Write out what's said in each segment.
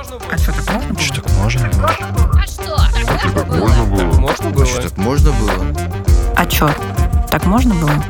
А что, так можно было? Что, так можно было? А что? Так можно было? Можно было? Что, так можно было? А что, так можно было?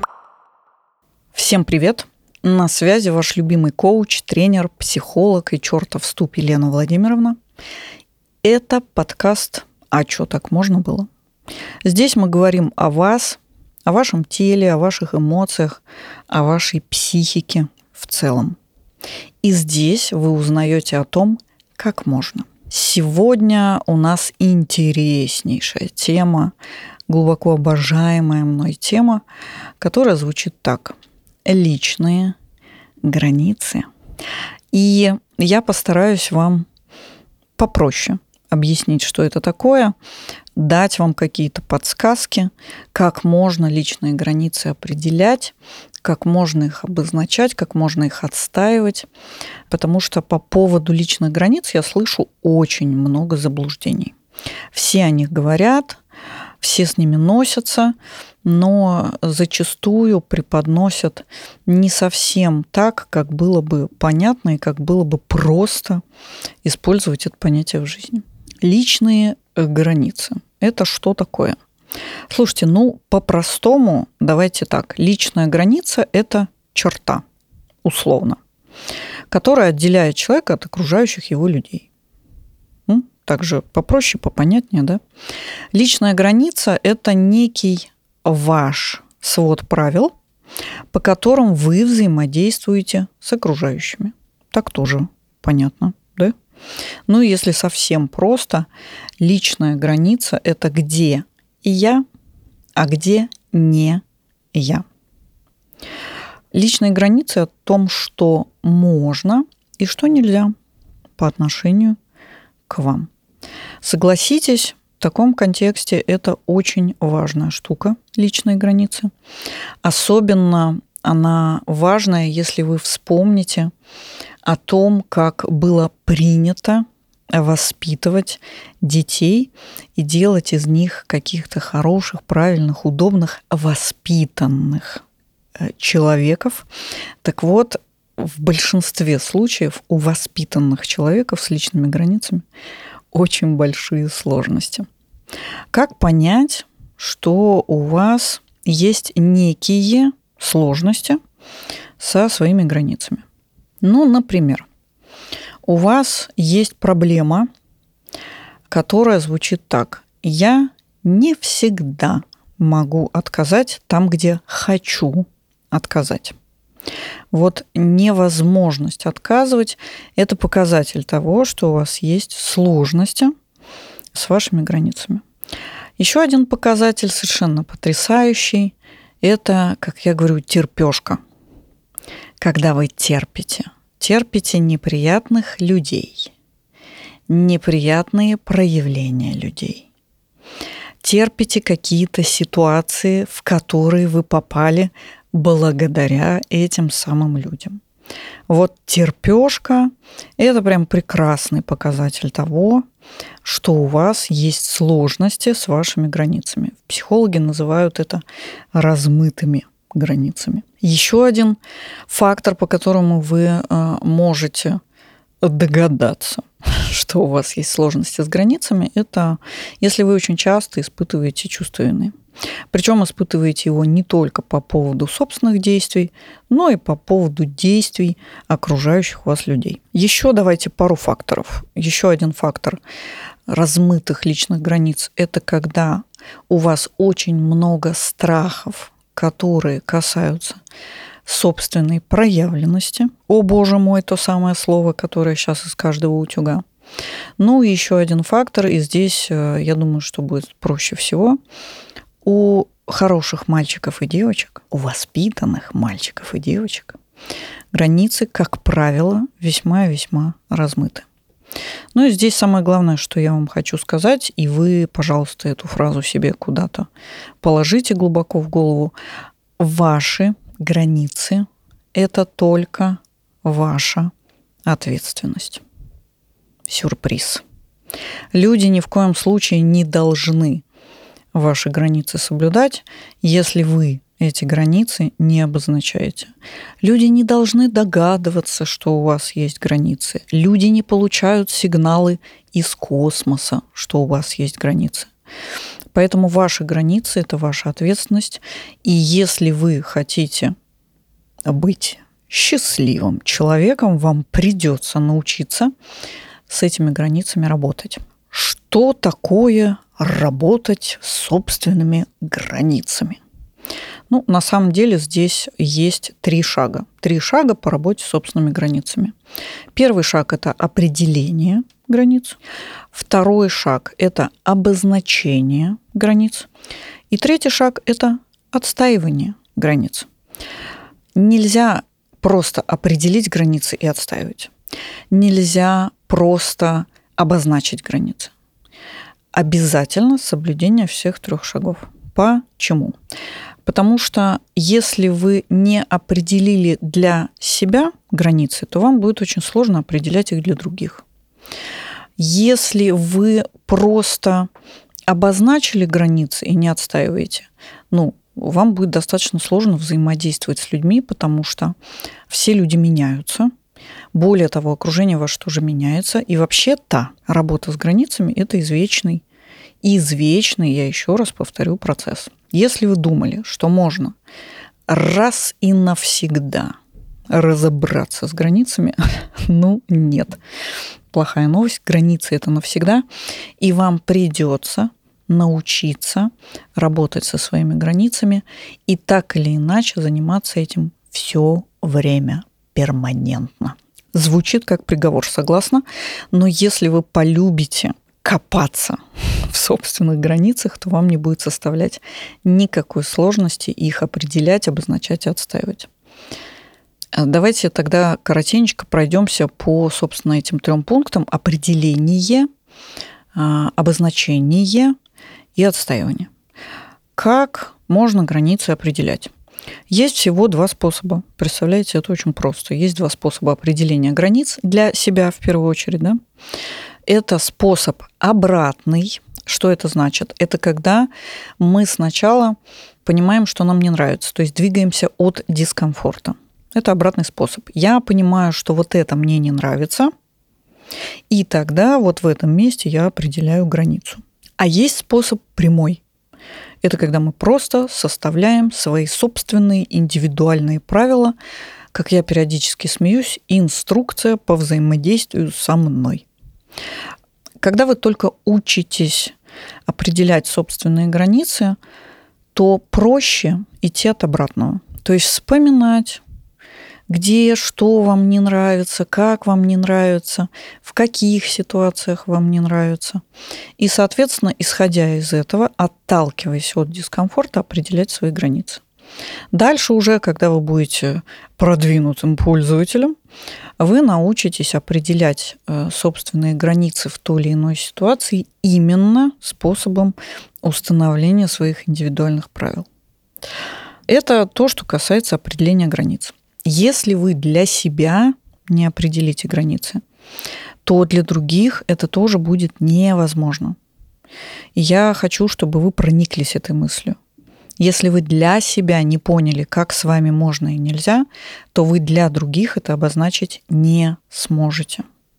Всем привет! На связи ваш любимый коуч, тренер, психолог и чертов ступ Елена Владимировна. Это подкаст «А чё, так можно было?». Здесь мы говорим о вас, о вашем теле, о ваших эмоциях, о вашей психике в целом. И здесь вы узнаете о том, как можно. Сегодня у нас интереснейшая тема, глубоко обожаемая мной тема, которая звучит так. Личные границы. И я постараюсь вам попроще объяснить, что это такое, дать вам какие-то подсказки, как можно личные границы определять, как можно их обозначать, как можно их отстаивать, потому что по поводу личных границ я слышу очень много заблуждений. Все о них говорят, все с ними носятся, но зачастую преподносят не совсем так, как было бы понятно и как было бы просто использовать это понятие в жизни. Личные границы. Это что такое? Слушайте, по-простому, давайте так. Личная граница – это черта, условно, которая отделяет человека от окружающих его людей. Также попроще, попонятнее, да? Личная граница – это некий ваш свод правил, по которым вы взаимодействуете с окружающими. Так тоже понятно, да? И если совсем просто, личная граница – это где я, а где не я. Личные границы о том, что можно и что нельзя по отношению к вам. Согласитесь, в таком контексте это очень важная штука, личные границы. Особенно она важная, если вы вспомните о том, как было принято воспитывать детей и делать из них каких-то хороших, правильных, удобных, воспитанных человеков. Так вот, в большинстве случаев у воспитанных человеков с личными границами очень большие сложности. Как понять, что у вас есть некие сложности со своими границами? Например, у вас есть проблема, которая звучит так. Я не всегда могу отказать там, где хочу отказать. Вот невозможность отказывать – это показатель того, что у вас есть сложности с вашими границами. Еще один показатель совершенно потрясающий – это, как я говорю, терпёшка. Когда вы терпите неприятных людей, неприятные проявления людей, терпите какие-то ситуации, в которые вы попали благодаря этим самым людям. Вот терпёшка – это прям прекрасный показатель того, что у вас есть сложности с вашими границами. Психологи называют это размытыми границами. Еще один фактор, по которому вы можете догадаться, что у вас есть сложности с границами, это если вы очень часто испытываете чувство вины. Причем испытываете его не только по поводу собственных действий, но и по поводу действий окружающих вас людей. Еще давайте пару факторов. Еще один фактор размытых личных границ – это когда у вас очень много страхов, которые касаются собственной проявленности. О, боже мой, то самое слово, которое сейчас из каждого утюга. И еще один фактор, и здесь, я думаю, что будет проще всего. У хороших мальчиков и девочек, у воспитанных мальчиков и девочек границы, как правило, весьма-весьма размыты. И здесь самое главное, что я вам хочу сказать, и вы, пожалуйста, эту фразу себе куда-то положите глубоко в голову. Ваши границы – это только ваша ответственность. Сюрприз. Люди ни в коем случае не должны ваши границы соблюдать, если вы эти границы не обозначаете. Люди не должны догадываться, что у вас есть границы. Люди не получают сигналы из космоса, что у вас есть границы. Поэтому ваши границы – это ваша ответственность. И если вы хотите быть счастливым человеком, вам придется научиться с этими границами работать. Что такое работать с собственными границами? На самом деле здесь есть 3 шага. 3 шага по работе с собственными границами. Первый шаг – это определение границ. Второй шаг – это обозначение границ. И третий шаг – это отстаивание границ. Нельзя просто определить границы и отстаивать. Нельзя просто обозначить границы. Обязательно соблюдение всех 3 шагов. Почему? Потому что если вы не определили для себя границы, то вам будет очень сложно определять их для других. Если вы просто обозначили границы и не отстаиваете, вам будет достаточно сложно взаимодействовать с людьми, потому что все люди меняются. Более того, окружение ваше тоже меняется. И вообще-то работа с границами – это извечный, я еще раз повторю, процесс. Если вы думали, что можно раз и навсегда разобраться с границами, нет. Плохая новость. Границы – это навсегда. И вам придется научиться работать со своими границами и так или иначе заниматься этим все время перманентно. Звучит как приговор, согласна? Но если вы полюбите копаться в собственных границах, то вам не будет составлять никакой сложности их определять, обозначать и отстаивать. Давайте тогда коротенько пройдемся по, собственно, этим 3 пунктам: определение, обозначение и отстаивание. Как можно границы определять? Есть всего 2 способа. Представляете, это очень просто. Есть 2 способа определения границ для себя в первую очередь. Да? Это способ обратный. Что это значит? Это когда мы сначала понимаем, что нам не нравится, то есть двигаемся от дискомфорта. Это обратный способ. Я понимаю, что вот это мне не нравится, и тогда вот в этом месте я определяю границу. А есть способ прямой. Это когда мы просто составляем свои собственные индивидуальные правила, как я периодически смеюсь, инструкция по взаимодействию со мной. Когда вы только учитесь определять собственные границы, то проще идти от обратного. То есть вспоминать, где, что вам не нравится, как вам не нравится, в каких ситуациях вам не нравится. И, соответственно, исходя из этого, отталкиваясь от дискомфорта, определять свои границы. Дальше уже, когда вы будете продвинутым пользователем, вы научитесь определять собственные границы в той или иной ситуации именно способом установления своих индивидуальных правил. Это то, что касается определения границ. Если вы для себя не определите границы, то для других это тоже будет невозможно. И я хочу, чтобы вы прониклись этой мыслью. Если вы для себя не поняли, как с вами можно и нельзя, то вы для других это обозначить не сможете.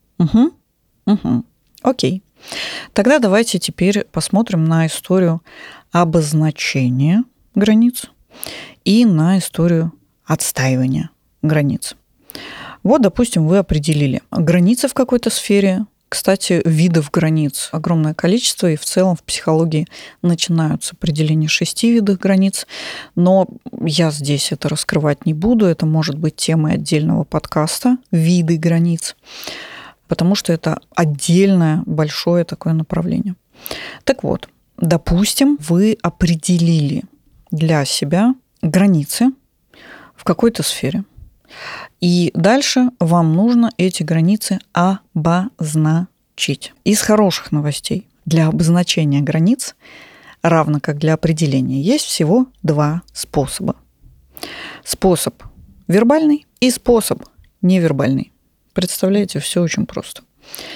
Окей. Тогда давайте теперь посмотрим на историю обозначения границ и на историю отстаивания границ. Вот, допустим, вы определили границы в какой-то сфере. Кстати, видов границ огромное количество, и в целом в психологии начинают с определения 6 видов границ, но я здесь это раскрывать не буду, это может быть темой отдельного подкаста «Виды границ», потому что это отдельное большое такое направление. Так вот, допустим, вы определили для себя границы в какой-то сфере. И дальше вам нужно эти границы обозначить. Из хороших новостей: для обозначения границ, равно как для определения, есть всего 2 способа. Способ вербальный и способ невербальный. Представляете, все очень просто.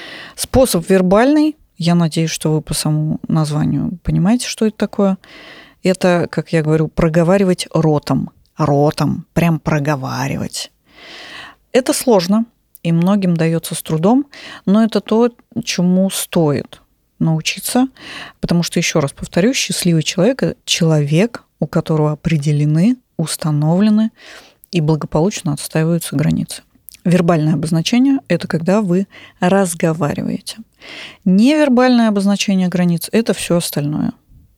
Способ вербальный, я надеюсь, что вы по самому названию понимаете, что это такое. Это, как я говорю, проговаривать ротом. Ротом, прям проговаривать. Это сложно, и многим дается с трудом, но это то, чему стоит научиться, потому что, еще раз повторю, счастливый человек – это человек, у которого определены, установлены и благополучно отстаиваются границы. Вербальное обозначение – это когда вы разговариваете. Невербальное обозначение границ – это все остальное.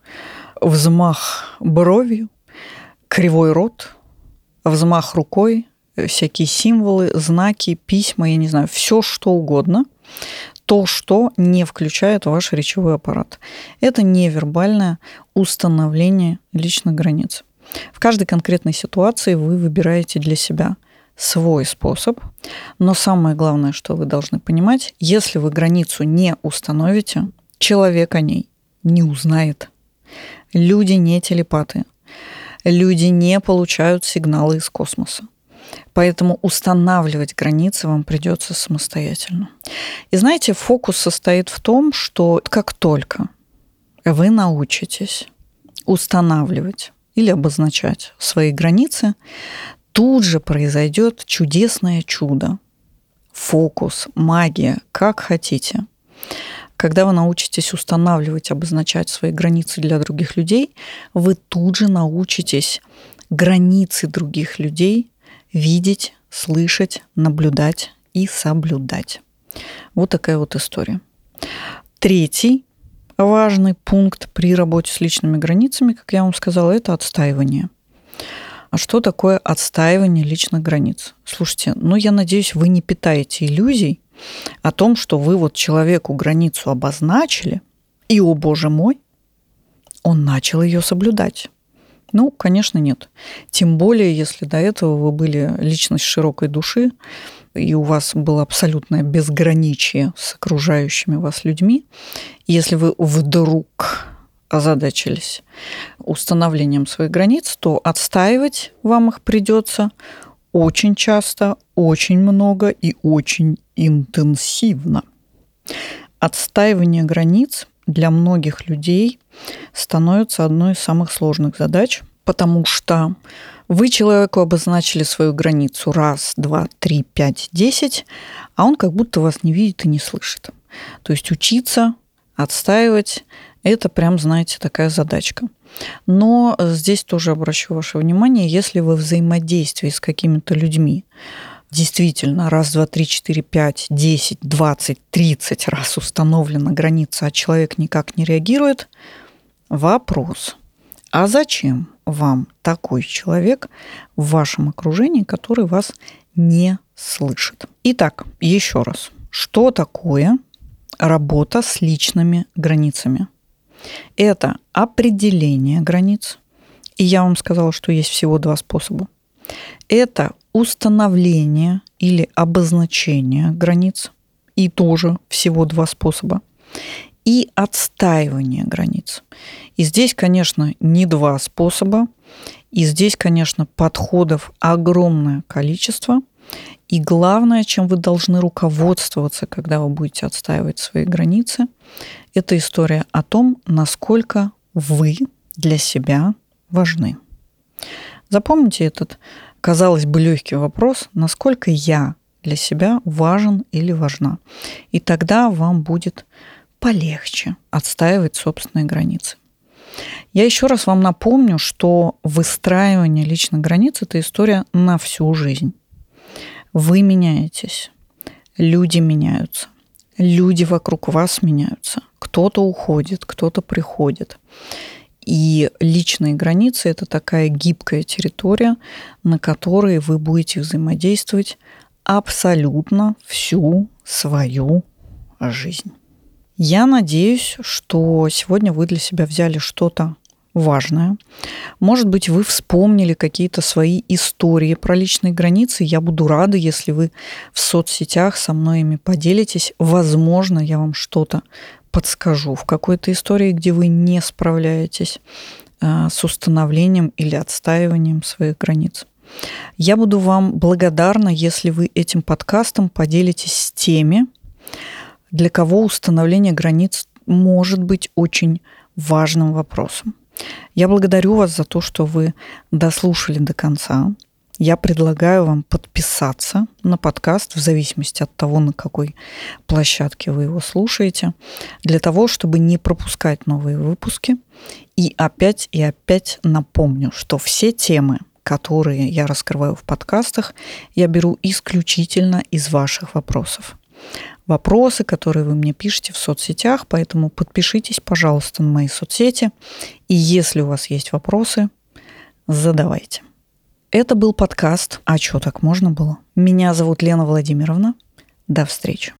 Взмах бровью, кривой рот, взмах рукой, всякие символы, знаки, письма, я не знаю, все что угодно, то, что не включает ваш речевой аппарат. Это невербальное установление личных границ. В каждой конкретной ситуации вы выбираете для себя свой способ, но самое главное, что вы должны понимать, если вы границу не установите, человек о ней не узнает. Люди не телепаты. Люди не получают сигналы из космоса. Поэтому устанавливать границы вам придется самостоятельно. И знаете, фокус состоит в том, что как только вы научитесь устанавливать или обозначать свои границы, тут же произойдет чудесное чудо. Фокус, магия, как хотите. Когда вы научитесь устанавливать, обозначать свои границы для других людей, вы тут же научитесь границы других людей видеть, слышать, наблюдать и соблюдать. Вот такая вот история. Третий важный пункт при работе с личными границами, как я вам сказала, это отстаивание. А что такое отстаивание личных границ? Слушайте, я надеюсь, вы не питаете иллюзий о том, что вы вот человеку границу обозначили, и, о боже мой, он начал ее соблюдать. Конечно, нет. Тем более, если до этого вы были личность широкой души, и у вас было абсолютное безграничие с окружающими вас людьми, если вы вдруг озадачились установлением своих границ, то отстаивать вам их придется очень часто, очень много и очень интенсивно. Отстаивание границ для многих людей становится одной из самых сложных задач, потому что вы человеку обозначили свою границу 1, 2, 3, 5, 10, а он как будто вас не видит и не слышит. То есть учиться, отстаивать – это прям, знаете, такая задачка. Но здесь тоже обращу ваше внимание, если вы в взаимодействии с какими-то людьми действительно 1, 2, 3, 4, 5, 10, 20, 30 раз установлена граница, а человек никак не реагирует, вопрос, а зачем вам такой человек в вашем окружении, который вас не слышит? Итак, еще раз, что такое работа с личными границами? Это определение границ, и я вам сказала, что есть всего 2 способа. Это установление или обозначение границ, и тоже всего 2 способа. И отстаивание границ. И здесь, конечно, не 2 способа, и здесь, конечно, подходов огромное количество. И главное, чем вы должны руководствоваться, когда вы будете отстаивать свои границы, это история о том, насколько вы для себя важны. Запомните этот, казалось бы, легкий вопрос, насколько я для себя важен или важна. И тогда вам будет полегче отстаивать собственные границы. Я еще раз вам напомню, что выстраивание личных границ – это история на всю жизнь. Вы меняетесь, люди меняются, люди вокруг вас меняются. Кто-то уходит, кто-то приходит. И личные границы – это такая гибкая территория, на которой вы будете взаимодействовать абсолютно всю свою жизнь. Я надеюсь, что сегодня вы для себя взяли что-то важное. Может быть, вы вспомнили какие-то свои истории про личные границы. Я буду рада, если вы в соцсетях со мной ими поделитесь. Возможно, я вам что-то подскажу в какой-то истории, где вы не справляетесь с установлением или отстаиванием своих границ. Я буду вам благодарна, если вы этим подкастом поделитесь с теми, для кого установление границ может быть очень важным вопросом. Я благодарю вас за то, что вы дослушали до конца. Я предлагаю вам подписаться на подкаст в зависимости от того, на какой площадке вы его слушаете, для того, чтобы не пропускать новые выпуски. И опять напомню, что все темы, которые я раскрываю в подкастах, я беру исключительно из ваших вопросов. Вопросы, которые вы мне пишете в соцсетях, поэтому подпишитесь, пожалуйста, на мои соцсети. И если у вас есть вопросы, задавайте. Это был подкаст «А чё, так можно было?». Меня зовут Лена Владимировна. До встречи.